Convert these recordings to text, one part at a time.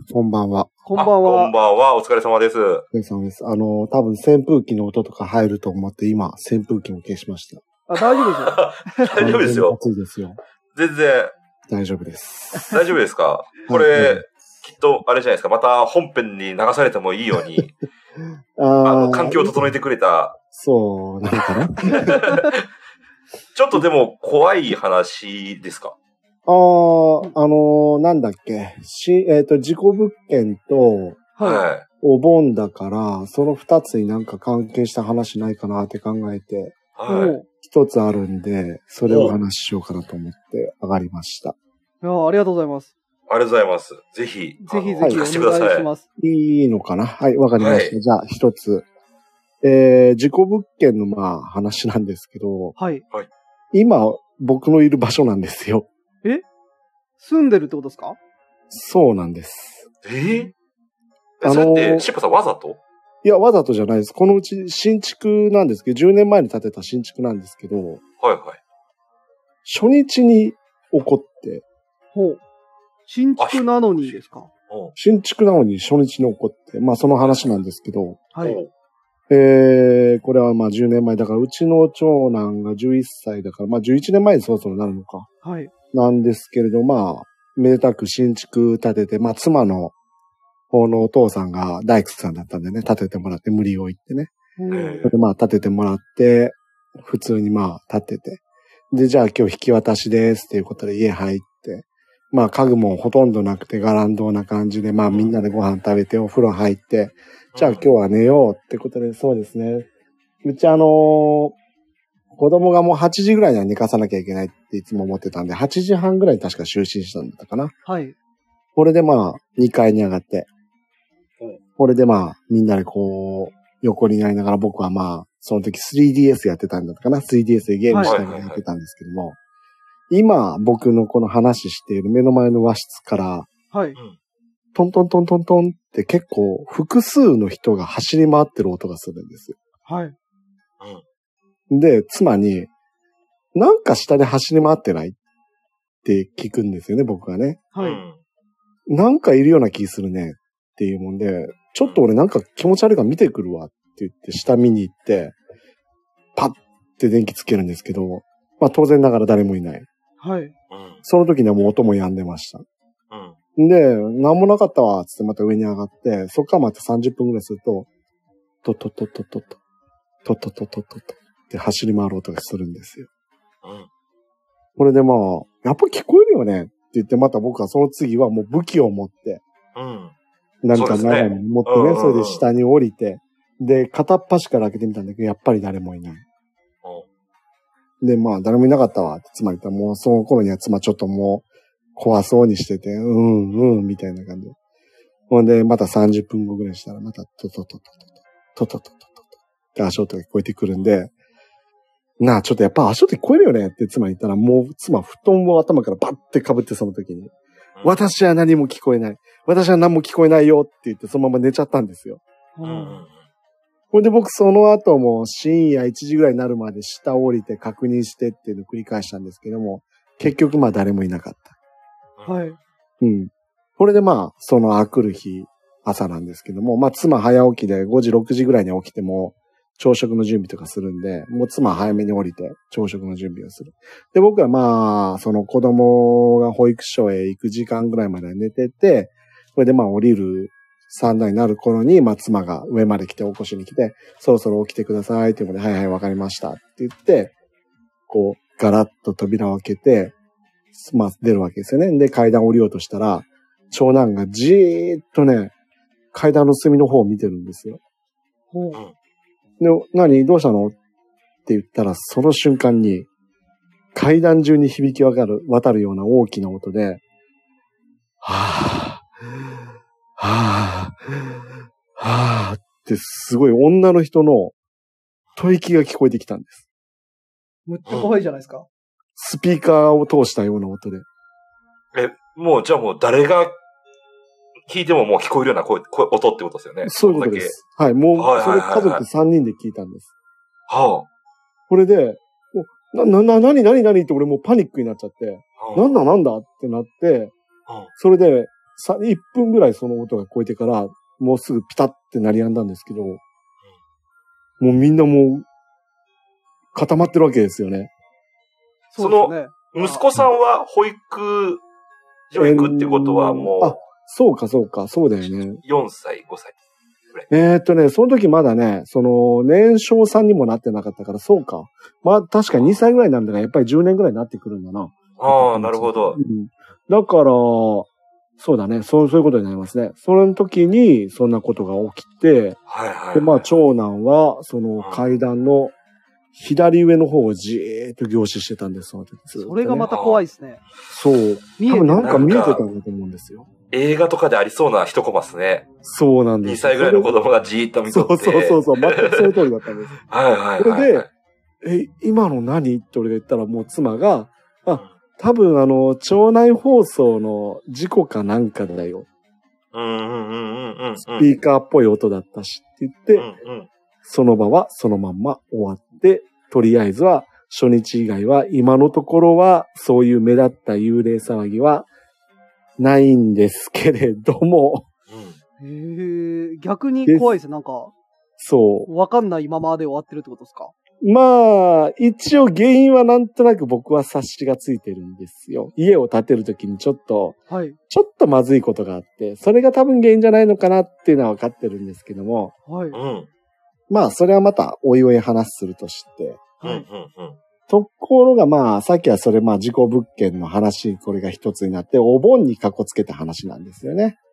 こんばんは。 こんばんは。 こんばんは。お疲れ様です。 お疲れ様です。多分扇風機の音とか入ると思って今、扇風機を消しました。 あ、大丈夫ですよ。 大丈夫ですよ。 暑いですよ。 全然。 大丈夫です。 大丈夫ですかこれ、きっと、あれじゃないですか。また本編に流されてもいいように、環境を整えてくれた。 そう、なのかなちょっとでも、怖い話ですかなんだっけ。事故物件と、 はい。 お盆だから、その二つになんか関係した話ないかなって考えて、 はい。 一つあるんで、それをお話ししようかなと思って上がりました。 いや、ありがとうございます。 ありがとうございます。ぜひ、 聞かせてください。 お願いします。 いいのかなはい、わかりました。 はい、 じゃあ、一つ。事故物件の話なんですけど、 はい。 今、僕のいる場所なんですよ。 住んでるってことですか？ そうなんです。 それって、しっぽさんわざと？ いや、わざとじゃないです。このうち新築なんですけど、10年前に建てた新築なんですけど、 はいはい。 初日に起こって、 ほう。新築なのにですか？ 新築なのに初日に起こって、その話なんですけど、 はい。 これは10年前だから、うちの長男が11歳だから、11年前にそろそろなるのか。 はい。 なんですけれど、めでたく新築建てて、妻の方のお父さんが大工さんだったんでね、建ててもらって、無理を言ってね。で、建ててもらって、普通に建てて。で、じゃあ今日引き渡しですっていうことで家入って、家具もほとんどなくてガランドな感じで、みんなでご飯食べてお風呂入って、じゃあ今日は寝ようってことで、そうですね。うち子供がもう8時ぐらいには寝かさなきゃいけないっていつも思ってたんで、8時半ぐらいに確か就寝したんだったかな。 はい。 これで2階に上がって、これでみんなで横になりながら僕はその時 3DS やってたんだったかな。3DS でゲームしながらやってたんですけども、今僕のこの話している目の前の和室から、 はい。 トントントントントンって結構複数の人が走り回ってる音がするんですよ。 はい。 で、妻に、なんか下で走り回ってないって聞くんですよね、僕はね。 はい。 なんかいるような気するねっていうもんで、ちょっと俺なんか気持ち悪いから見てくるわって言って下見に行って、パッて電気つけるんですけど、当然ながら誰もいない。 はい。 その時にはもう音も止んでました。で、なんもなかったわ、つってまた上に上がって、そっからまた30分ぐらいすると、トトトトトト、トトトトトトって走り回る音がするんですよ。これでやっぱ聞こえるよねって言って、また僕はその次はもう武器を持って、何か長いの持ってね、それで下に降りて、で、片っ端から開けてみたんだけど、やっぱり誰もいない。で、誰もいなかったわって妻に言ったら、もうその頃には妻ちょっともう怖そうにしてて、みたいな感じで。ほんで、また30分後ぐらいしたら、またトトトトトトトトトトトって足音が聞こえてくるんで、ちょっとやっぱ足音聞こえるよねって妻に言ったら、もう妻布団を頭からバッて被ってその時に、私は何も聞こえない。私は何も聞こえないよって言ってそのまま寝ちゃったんですよ。ほんで僕その後も深夜1時ぐらいになるまで下降りて確認してっていうのを繰り返したんですけども、結局誰もいなかった。 はい。 これでそのあくる日、朝なんですけども、妻早起きで5時、6時ぐらいに起きても、朝食の準備とかするんで、もう妻早めに降りて朝食の準備をする。で、僕はその子供が保育所へ行く時間ぐらいまで寝てて、これで降りる3台になる頃に、妻が上まで来て起こしに来て、そろそろ起きてくださいっていうので、はいはいわかりましたって言って、ガラッと扉を開けて、出るわけですよね。で、階段降りようとしたら、長男がじーっとね、階段の隅の方を見てるんですよ。で、何どうしたのって言ったら、その瞬間に、階段中に響き渡るような大きな音で、はぁってすごい女の人の吐息が聞こえてきたんです。 むっちゃ怖いじゃないですか。 スピーカーを通したような音で。 もうじゃあもう誰が聞いてももう聞こえるような音ってことですよね。 そういうことです。はい。もう、それ家族3人で聞いたんです。 はあ。 これで、何って俺もうパニックになっちゃって、なんだってなって、それで、 1分ぐらいその音が聞こえてから、もうすぐピタって鳴り止んだんですけど、もうみんなもう、固まってるわけですよね。 その、息子さんは保育所行くってことはもう、 そうか、そうだよね。 4歳、5歳ぐらい。その時まだね、年少さんにもなってなかったから、そうか。まあ、確か2歳ぐらいなんだが、やっぱり10年ぐらいになってくるんだな。 ああ、なるほど。 だから、そうだね。そういうことになりますね。その時に、そんなことが起きて、で、まあ、長男は、階段の左上の方をじーっと凝視してたんです、 それがまた怖いですね。 そう。多分なんか見えてたんだと思うんですよ。 映画とかでありそうな一コマっすね。 そうなんです。 2歳ぐらいの子供がじーっと見とって。 そう。全くその通りだったんです。それで、今の何って俺が言ったらもう妻が、多分町内放送の事故かなんかだよ。スピーカーっぽい音だったしって言って、その場はそのまんま終わって、とりあえずは初日以外は今のところはそういう目立った幽霊騒ぎはないんですけれども。 逆に怖いですよ、なんか。 そう。 わかんないままで終わってるってことですか？ まあ、一応原因はなんとなく僕は察しがついてるんですよ。家を建てるときにちょっとまずいことがあって、それが多分原因じゃないのかなっていうのは分かってるんですけども。まあ、それはまたおいおい話するとして。ところがまあ、さっきはそれ事故物件の話、これが一つになって、お盆にかこつけた話なんですよね。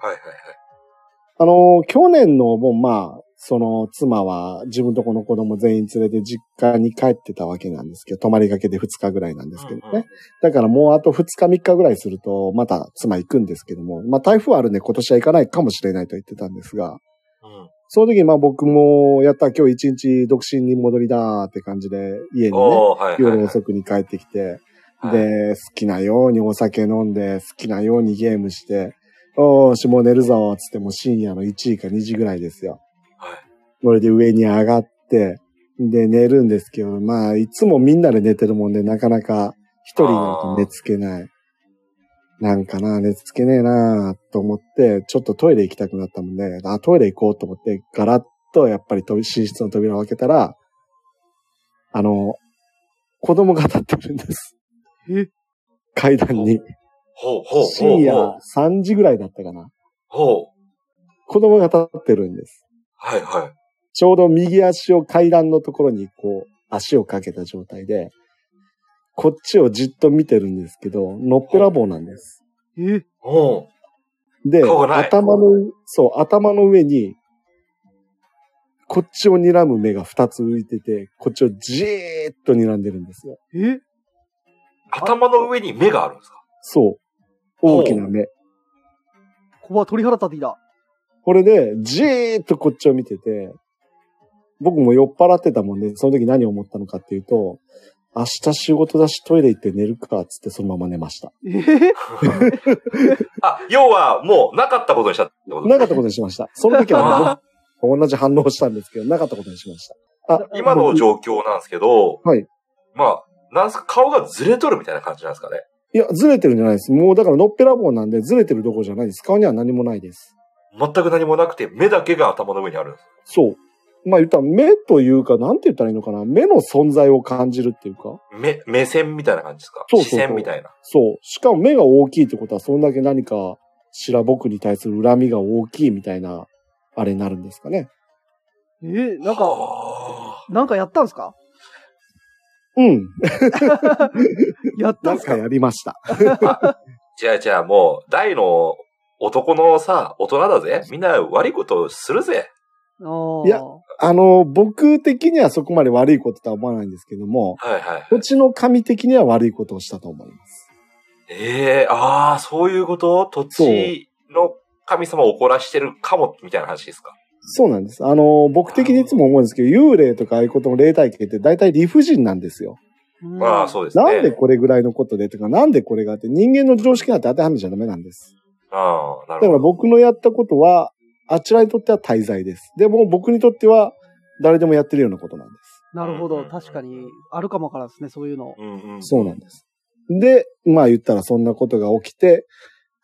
去年のお盆、その妻は自分とこの子供全員連れて実家に帰ってたわけなんですけど、泊まりがけで2日ぐらいなんですけどね。だからもうあと2日3日ぐらいすると、また妻行くんですけども、台風あるんで今年は行かないかもしれないと言ってたんですが、その時僕も今日一日独身に戻りだーって感じで家にね、夜遅くに帰ってきて、で、好きなようにお酒飲んで、好きなようにゲームして、もう寝るぞーつっても深夜の1時か2時ぐらいですよ。それで上に上がって、で、寝るんですけど、いつもみんなで寝てるもんで、なかなか一人になると寝つけない。寝つけねえなと思って、ちょっとトイレ行きたくなったもんで、トイレ行こうと思って、ガラッとやっぱり寝室の扉を開けたら、子供が立ってるんです。階段に。深夜3時ぐらいだったかな。子供が立ってるんです。ちょうど右足を階段のところに足をかけた状態で、こっちをじっと見てるんですけど、のっぺらぼうなんです。で、頭の上に、こっちを睨む目が2つ浮いてて、こっちをじーっと睨んでるんですよ。 頭の上に目があるんですか？ そう。大きな目。 鳥肌立ってきた。 これで、じーっとこっちを見てて、僕も酔っ払ってたもんで、その時何を思ったのかっていうと、明日仕事だしトイレ行って寝るか、つってそのまま寝ました。 要はもうなかったことにしたってことですね。 なかったことにしました。その時は同じ反応したんですけど、なかったことにしました。 今の状況なんですけど、 はい。 なんすか、顔がずれとるみたいな感じなんですかね。 いや、ずれてるんじゃないです。もうだからのっぺらぼうなんでずれてるどころじゃないです。顔には何もないです。 全く何もなくて、目だけが頭の上にあるんです。 そう。言ったら目というか、なんて言ったらいいのかな。目の存在を感じるっていうか。 目線みたいな感じですか？視線みたいな。 そう。しかも目が大きいってことは、そんだけ何か僕に対する恨みが大きいみたいな、あれになるんですかね。 なんかやったんですか？ うん。 やったんすか？ なんかやりました。 じゃあもう、大の男の大人だぜ。みんな悪いことするぜ。 いや、僕的にはそこまで悪いこととは思わないんですけども、土地の神的には悪いことをしたと思います。 そういうこと？土地の神様を怒らしてるかも、みたいな話ですか？ そうなんです。僕的にいつも思うんですけど、幽霊とかああいうことの霊体系って大体理不尽なんですよ。 そうですね。 なんでこれぐらいのことでとか、なんでこれがあって、人間の常識なんて当てはめちゃダメなんです。 なるほど。 だから僕のやったことは、あちらにとっては大罪です。でも僕にとっては、誰でもやってるようなことなんです。 なるほど。確かに、あるかもわからんですね、そういうの。 そうなんです。で、言ったらそんなことが起きて、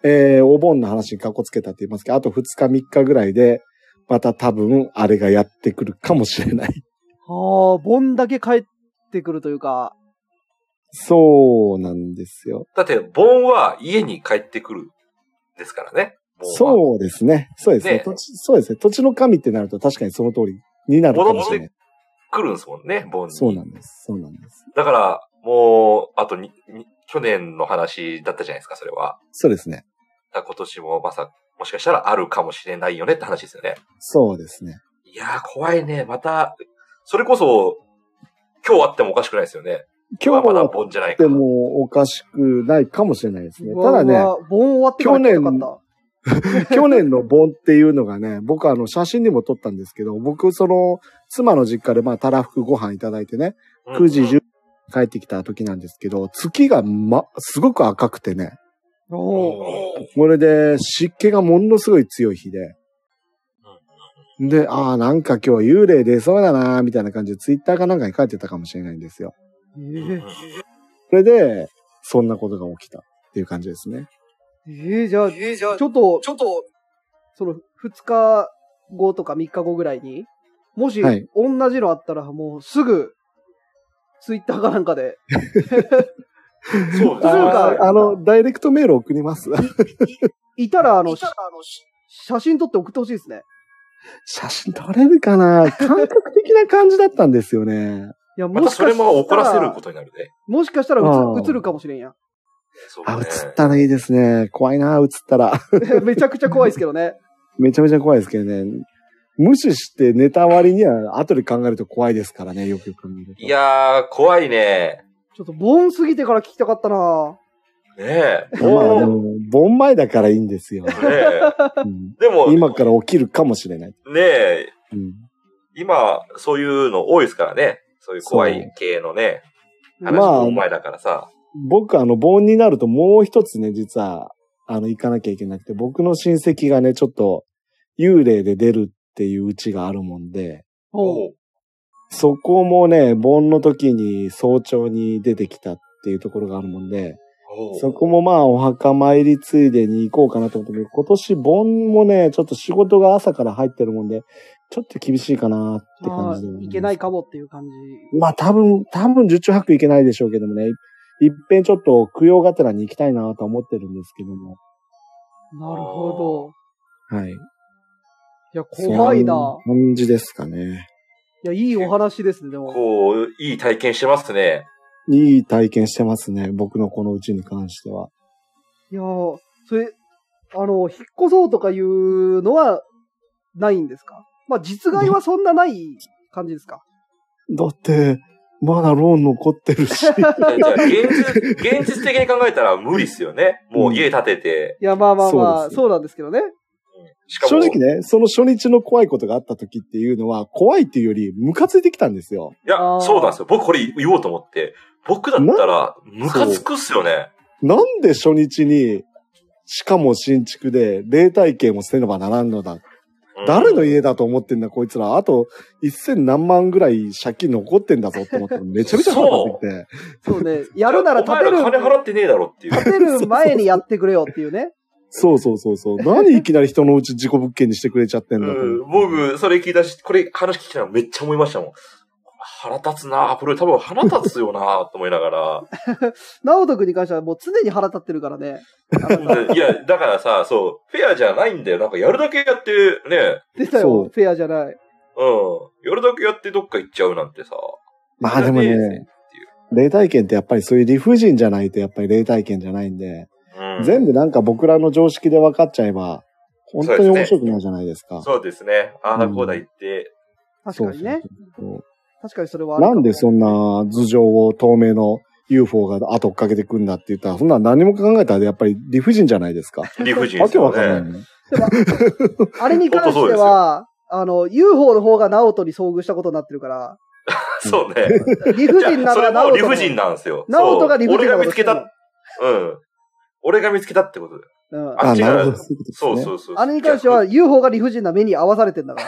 お盆の話にかこつけたって言いますけど、あと2日3日ぐらいで、また多分、あれがやってくるかもしれない。 盆だけ帰ってくるというか。 そうなんですよ。 だって、盆は家に帰ってくるですからね。 そうですね。そうですね。そうですね。土地の神ってなると確かにその通りになるかもしれない。 来るんですもんね、盆に。 そうなんです。そうなんです。 だから、もう、あと去年の話だったじゃないですか、それは。 そうですね。 今年ももしかしたらあるかもしれないよねって話ですよね。 そうですね。 いやー、怖いね。また、それこそ、今日あってもおかしくないですよね。今日はまだ盆じゃないか。 でもおかしくないかもしれないですね。ただね、 盆終わってから来なかった。 去年の盆っていうのがね、僕写真にも撮ったんですけど、僕妻の実家でたらふくご飯いただいてね、9時10帰ってきた時なんですけど、月がすごく赤くてね。これで湿気がものすごい強い日で。で、なんか今日幽霊出そうだなみたいな感じでツイッターかなんかに書いてたかもしれないんですよ。それで、そんなことが起きたっていう感じですね。 じゃあ、ちょっと、その2日後とか3日後ぐらいに、もし、同じのあったらもうすぐ、ツイッターかなんかで。 そうですね。ダイレクトメール送ります。 いたら、写真撮って送ってほしいですね。 写真撮れるかな感覚的な感じだったんですよね。 いや、またそれも怒らせることになるね。 もしかしたら映るかもしれんや。 映ったらいいですね。怖いな、映ったら。 めちゃくちゃ怖いですけどね。 めちゃめちゃ怖いですけどね。無視して寝た割には後で考えると怖いですからね、よく考えると。 いやー、怖いね。 ちょっと盆過ぎてから聞きたかったな。 ねえ。 でも、盆前だからいいんですよ。ねえ。でも、 今から起きるかもしれない。 ねえ。今、そういうの多いですからね。そういう怖い系のね。話盆前だからさ。 僕盆になるともう一つね、実は、行かなきゃいけなくて、僕の親戚がね、ちょっと、幽霊で出るっていううちがあるもんで、そこもね、盆の時に早朝に出てきたっていうところがあるもんで、そこもお墓参りついでに行こうかなと思って、今年盆もね、ちょっと仕事が朝から入ってるもんで、ちょっと厳しいかなって感じで。 いけないかもっていう感じ。 多分十中八九いけないでしょうけどもね、いっぺんちょっと供養がてらに行きたいなと思ってるんですけども。 なるほど。はい。 いや、怖いな。 そんな感じですかね。 いや、いいお話ですね、でも。 いい体験してますね。 いい体験してますね。僕のこのうちに関しては。 いやー、それ、引っ越そうとかいうのはないんですか？実害はそんなない感じですか？ だって、まだローン残ってるし。じゃあ現実的に考えたら無理っすよね。もう家建てて。 いや、そうなんですけどね。 正直ね、その初日の怖いことがあった時っていうのは、怖いっていうより、ムカついてきたんですよ。 いや、そうなんですよ。僕これ言おうと思って。僕だったら、ムカつくっすよね。 なんで初日に、しかも新築で、霊体験をせねばならんのだ。誰の家だと思ってんだ、こいつら。あと、1000何万ぐらい借金残ってんだぞって思って、めちゃめちゃ腹立ってきて。 そうね。やるなら建てる。 金払ってねえだろっていう。 建てる前にやってくれよっていうね。 そう。何いきなり人のうち自己物件にしてくれちゃってんだと。 僕、それ聞いたし、これ話聞いたらめっちゃ思いましたもん。腹立つなぁ。これ多分腹立つよなぁと思いながら。 直人君に関してはもう常に腹立ってるからね。 いや、だからさ、そう、フェアじゃないんだよ。なんかやるだけやってね。 出たよ、フェアじゃない。 やるだけやってどっか行っちゃうなんてさ。 でもね、霊体験ってやっぱりそういう理不尽じゃないとやっぱり霊体験じゃないんで、全部なんか僕らの常識で分かっちゃえば、本当に面白くないじゃないですか。 そうですね。ああだこうだ言って。 確かにね。確かにそれは。 なんでそんな頭上を透明の UFO が後追っかけてくんだって言ったら、そんな何も考えたらやっぱり理不尽じゃないですか。 理不尽ですよね。 あれに関しては、UFO の方がナオトに遭遇したことになってるから。 そうね。 理不尽なのはナオト。 理不尽なんですよ。 ナオトが理不尽な俺が見つけた。俺が見つけたってことだよ。あっちが、そう。 あれに関しては UFO が理不尽な目に合わされてんだから。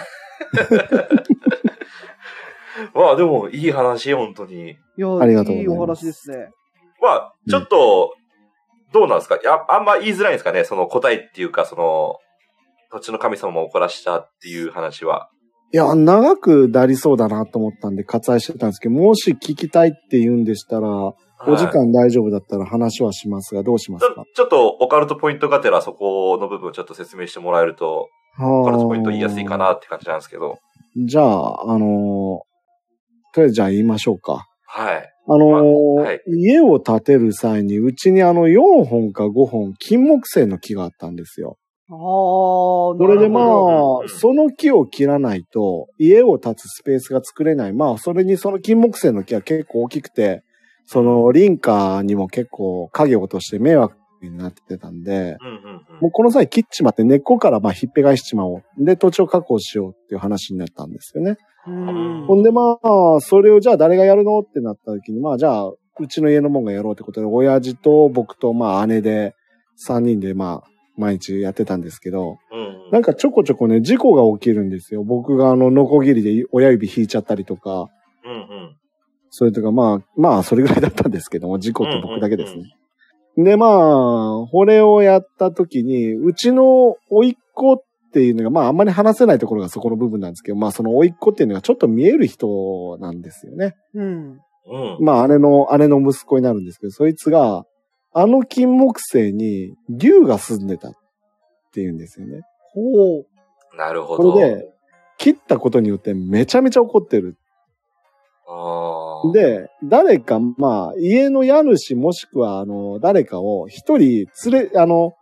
でも、いい話、本当に。 いや、 ありがとうございます。 いいお話ですね。 ちょっと、 どうなんですか？あんま言いづらいんですかね？その答えっていうか、その、土地の神様も怒らしたっていう話は。 いや、長くなりそうだなと思ったんで割愛してたんですけど、もし聞きたいって言うんでしたら、お時間大丈夫だったら話はしますが、どうしますか？ ちょっとオカルトポイントがてらそこの部分をちょっと説明してもらえると、オカルトポイント言いやすいかなって感じなんですけど。 じゃあ、とりあえずじゃあ言いましょうか。 はい。 はい、家を建てる際に、うちに4本か5本、金木犀の木があったんですよ。それでまあ、その木を切らないと、家を建つスペースが作れない。まあ、それにその金木犀の木は結構大きくて、その林家にも結構影を落として迷惑になってたんで、もうこの際切っちまって根っこからまあひっぺがしちまおう。で、土地を確保しようっていう話になったんですよね。ほんでまあ、それをじゃあ誰がやるのってなった時に、まあじゃあ、うちの家のもんがやろうってことで、親父と僕とまあ姉で3人でまあ、毎日やってたんですけど、なんかちょこちょこね、事故が起きるんですよ。僕がノコギリで親指引いちゃったりとか、それとかまあ、それぐらいだったんですけども、事故って僕だけですね。でまあ、これをやった時に、うちの甥っ子っていうのが、まああんまり話せないところがそこの部分なんですけど、まあその甥っ子っていうのがちょっと見える人なんですよね。まあ姉の息子になるんですけど、そいつが、金木犀に竜が住んでたっていうんですよね。 ほう。なるほど。 これで、切ったことによってめちゃめちゃ怒ってる。で、誰か、まあ、家の家主もしくは、誰かを一人言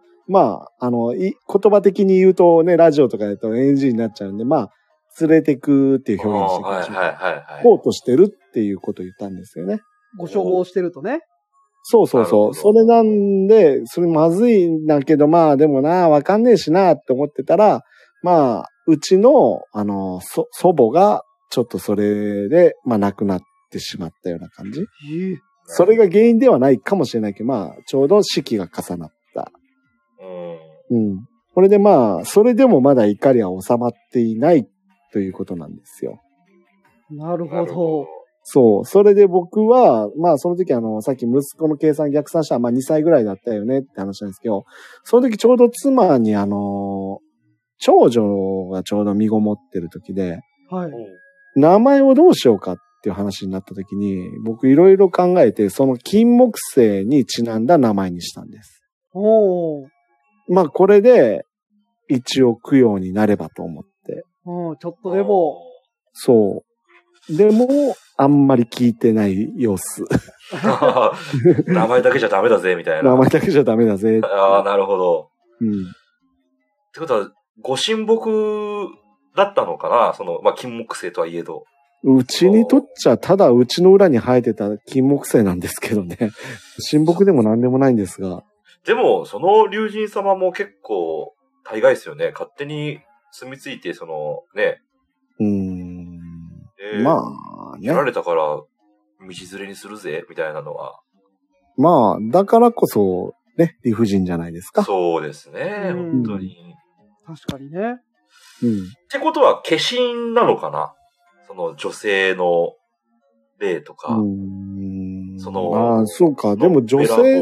葉的に言うとね、ラジオとかだと NG になっちゃうんで、まあ、連れてくっていう表現してください。こうとしてるっていうことを言ったんですよね。 ご所望してるとね。 そうそうそう。それなんで、それまずいんだけど、まあでもな、わかんねえしなって思ってたら、まあ、うちの、祖母が、ちょっとそれで、まあ亡くなってしまったような感じ。それが原因ではないかもしれないけど、まあ、ちょうど四季が重なった。これでまあ、それでもまだ怒りは収まっていないということなんですよ。 なるほど。 そう。それで僕は、まあその時さっき息子の計算逆算したら、まあ2歳ぐらいだったよねって話なんですけど、その時ちょうど妻に長女がちょうど身ごもってる時で、名前をどうしようかっていう話になった時に、僕いろいろ考えて、その金木犀にちなんだ名前にしたんです。まあこれで、一応供養になればと思って。 ちょっとでも。 そう。でも、あんまり聞いてない様子。 名前だけじゃダメだぜ、みたいな。 名前だけじゃダメだぜ。 ああ、なるほど。ってことは、ご神木だったのかな？まあ、金木犀とはいえど。 うちにとっちゃ、ただうちの裏に生えてた金木犀なんですけどね。神木でも何でもないんですが。 でも、その竜神様も結構、大概ですよね。勝手に住み着いて、ね。 まあ、ね。 やられたから、道連れにするぜ、みたいなのは。 まあ、だからこそ、ね、理不尽じゃないですか。 そうですね、本当に。 確かにね。 ってことは、化身なのかな？その女性の霊とか。 ああ、そうか。でも女性、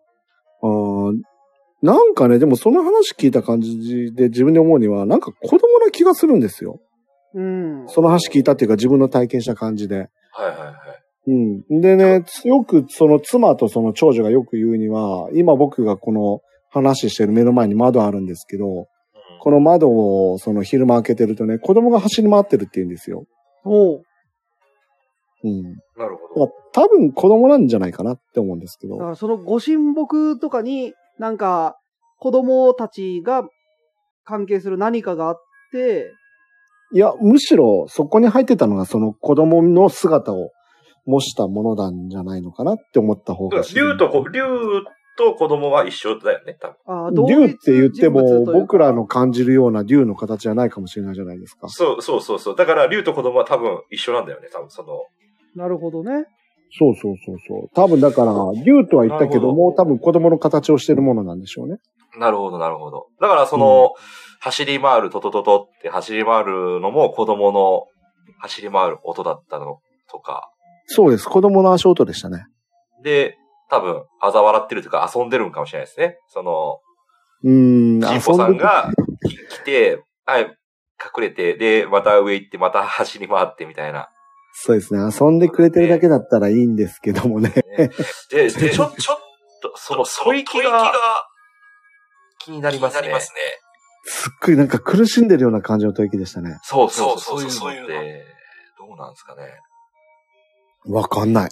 なんかね、でもその話聞いた感じで自分で思うには、なんか子供な気がするんですよ。その話聞いたっていうか自分の体験した感じで。でね、よくその妻とその長女がよく言うには、今僕がこの話してる目の前に窓あるんですけど、この窓をその昼間開けてるとね、子供が走り回ってるって言うんですよ。 なるほど。 多分子供なんじゃないかなって思うんですけど。 だからそのご神木とかになんか子供たちが関係する何かがあって、 いや、むしろそこに入ってたのがその子供の姿を模したものなんじゃないのかなって思った方が。 竜と子供は一緒だよね、多分。 竜って言っても僕らの感じるような竜の形じゃないかもしれないじゃないですか。 そう。だから竜と子供は多分一緒なんだよね、多分なるほどね。 そう。多分だから、竜とは言ったけども、多分子供の形をしてるものなんでしょうね。 なるほど。だから走り回るトトトトって走り回るのも子供の走り回る音だったのとか。 そうです。子供の足音でしたね。 で、 多分、嘲笑ってるというか遊んでるんかもしれないですね。ジンポさんが来て、はい、隠れて、で、また上行って、また走り回ってみたいな。 そうですね。遊んでくれてるだけだったらいいんですけどもね。 で、ちょっと、その吐息が気になりますね。 すっごいなんか苦しんでるような感じの吐息でしたね。 そういうのって、どうなんですかね。 わかんない。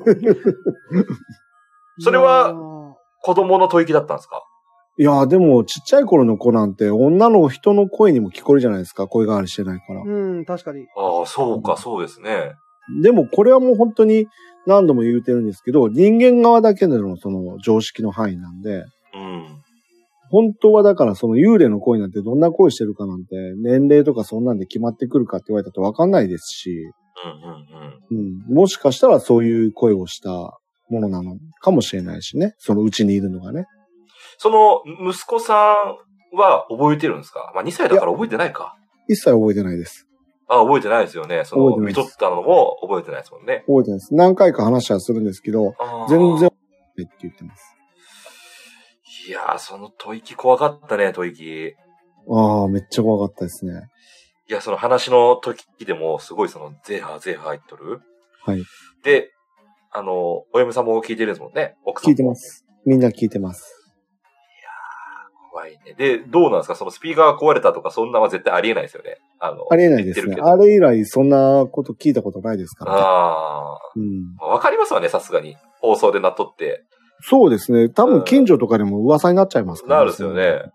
それは、子供の吐息だったんですか？ いや、でも、ちっちゃい頃の子なんて、女の人の声にも聞こえるじゃないですか。声変わりしてないから。 うん、確かに。 ああ、そうか、そうですね。 でも、これはもう本当に何度も言うてるんですけど、人間側だけでのその常識の範囲なんで、 うん。 本当はだからその幽霊の声なんてどんな声してるかなんて、年齢とかそんなんで決まってくるかって言われたとわかんないですし、もしかしたらそういう声をしたものなのかもしれないしね。そのうちにいるのがね。 その、息子さんは覚えてるんですか？まあ、2歳だから覚えてないか。 一切覚えてないです。 あ、覚えてないですよね。見とったのも覚えてないですもんね。 覚えてないです。何回か話はするんですけど、全然覚えてないって言ってます。 いやー、その吐息怖かったね、吐息。 ああ、めっちゃ怖かったですね。 いや、その話の時でも、すごいゼーハー言っとる。 はい。 で、お嫁さんも聞いてるんですもんね、奥さんも。 聞いてます。みんな聞いてます。 怖いね。で、どうなんですか？そのスピーカーが壊れたとか、そんなは絶対ありえないですよね。 ありえないですね。あれ以来、そんなこと聞いたことないですからね。 ああ。わかりますわね、さすがに。放送でなっとって。 そうですね。多分、近所とかでも噂になっちゃいますからね。なるですよね。いやー、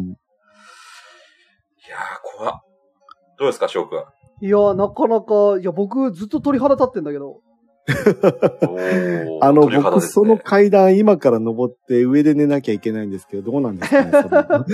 怖っ。どうですか、翔くん。 いやー、なかなか、いや、僕、ずっと鳥肌立ってんだけど。 僕、その階段今から登って上で寝なきゃいけないんですけど、どうなんですかね、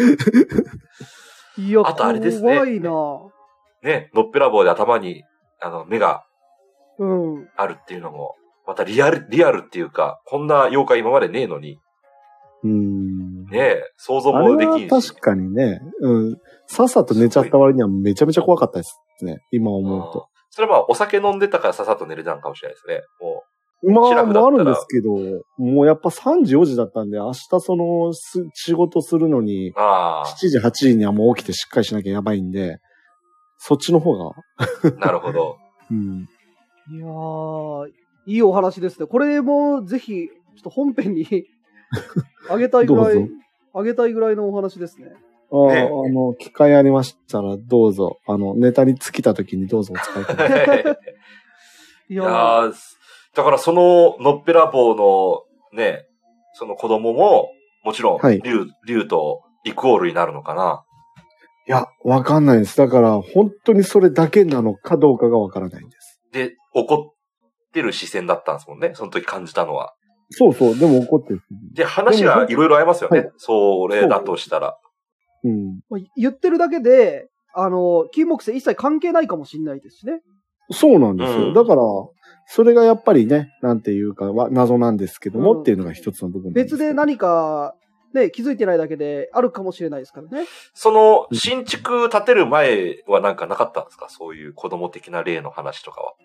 いや、あとあれですね。怖いな。 ね、のっぺらぼうで頭に、目が、あるっていうのも、またリアルっていうか、こんな妖怪今までねえのに。ねえ、想像もできんし。 確かにね、さっさと寝ちゃった割にはめちゃめちゃ怖かったですね、今思うと。 それはまあ、お酒飲んでたからささっと寝れたのかもしれないですね。もう。まあ、あるんですけど、もうやっぱ3時4時だったんで、明日仕事するのに、7時8時にはもう起きてしっかりしなきゃやばいんで、そっちの方が。 なるほど。 いやー、いいお話ですね。これもぜひ、ちょっと本編にあげたいぐらいのお話ですね。 機会ありましたら、どうぞ、ネタに尽きた時にどうぞお使いください。 いやー、だからその、のっぺらぼうの、ね、その子供も、もちろん、竜とイコールになるのかな。 いや、わかんないです。だから、本当にそれだけなのかどうかがわからないんです。 で、怒ってる視線だったんですもんね。その時感じたのは。 そうそう、でも怒ってる。 で、話がいろいろ合いますよね。それだとしたら。 言ってるだけで、金木犀一切関係ないかもしれないですしね。 そうなんですよ。だから、それがやっぱりね、なんていうか、謎なんですけども、っていうのが一つの部分別で何か、ね、気づいてないだけであるかもしれないですからね。 その、新築建てる前はなんかなかったんですか？そういう子供的な例の話とかは。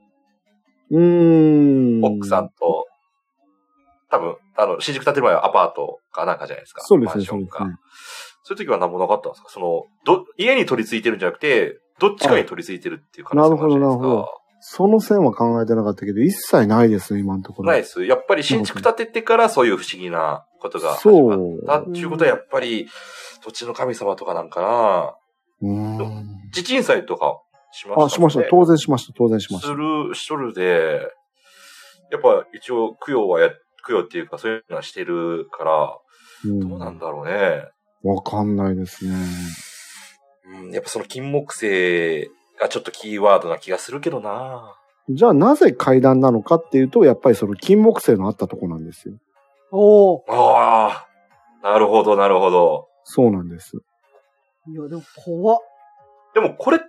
奥さんと、多分、新築建てる前はアパートかなんかじゃないですか。 そうですね、 そうですね。そういう時は何もなかったんですか？家に取り付いてるんじゃなくて、どっちかに取り付いてるっていう可能性もあるじゃないですか。なるほど、なるほど。 その線は考えてなかったけど、一切ないですね、今のところ。 ないです。やっぱり新築建ててからそういう不思議なことが始まったっていうことは、やっぱり、土地の神様とかなんかな。地鎮祭とかしましたね。 しました。当然しました。 しとるで、やっぱ一応供養っていうかそういうのはしてるから、どうなんだろうね。 わかんないですね。 やっぱその金木犀がちょっとキーワードな気がするけどな。 じゃあなぜ階段なのかっていうと、やっぱりその金木犀のあったとこなんですよ。 ああ、なるほど、なるほど。 そうなんです。 いや、でも怖っ。 でもこれって、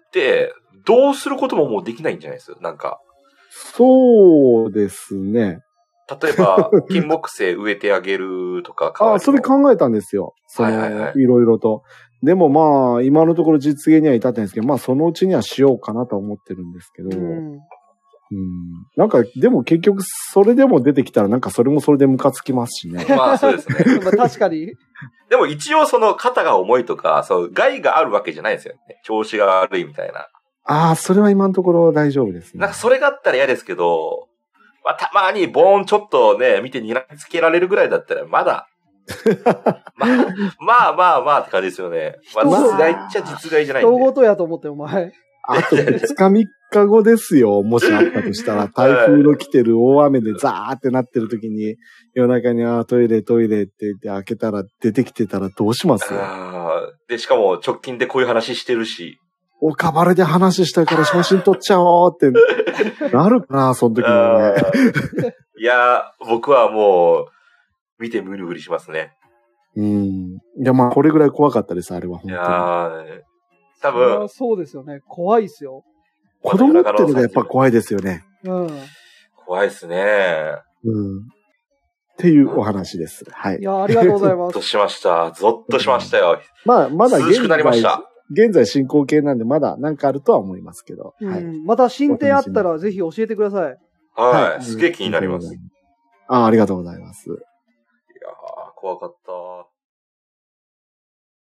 どうすることももうできないんじゃないですか？なんか。 そうですね。 例えば、金木犀植えてあげるとか。 それ考えたんですよ。いろいろと。でもまあ、今のところ実現には至ってないんですけど、まあそのうちにはしようかなと思ってるんですけど。 なんか、でも結局、それでも出てきたら、なんかそれもそれでムカつきますしね。 まあそうですね。 まあ確かに。 でも一応その肩が重いとか、害があるわけじゃないですよね。調子が悪いみたいな。 ああ、それは今のところ大丈夫ですね。 なんかそれがあったら嫌ですけど、まあたまにボーンちょっとね、見て睨みつけられるぐらいだったら、まだ、まあって感じですよね。まあ実害っちゃ実害じゃないんで。 人事やと思ってお前。 あと2日3日後ですよ。もしあったとしたら、台風の来てる大雨でザーってなってる時に、夜中にトイレって言って開けたら出てきてたらどうしますで、しかも直近でこういう話してるし。 岡原で話したいから写真撮っちゃおうってなるかな、その時のね。 いや、僕はもう、見てムルムルしますね。 いや、まあ、これぐらい怖かったです、あれは、本当に。 いや多分。 そうですよね。怖いっすよ。 子供ってのがやっぱ怖いですよね。 怖いっすね。 っていうお話です。はい。 いや、ありがとうございます。 ゾッとしました。ゾッとしましたよ。 まあ、まだ涼しくなりました。 現在進行形なんで、まだなんかあるとは思いますけど。はい。 また進展あったらぜひ教えてください。 はい。すげえ気になります。 ありがとうございます。いや怖かった。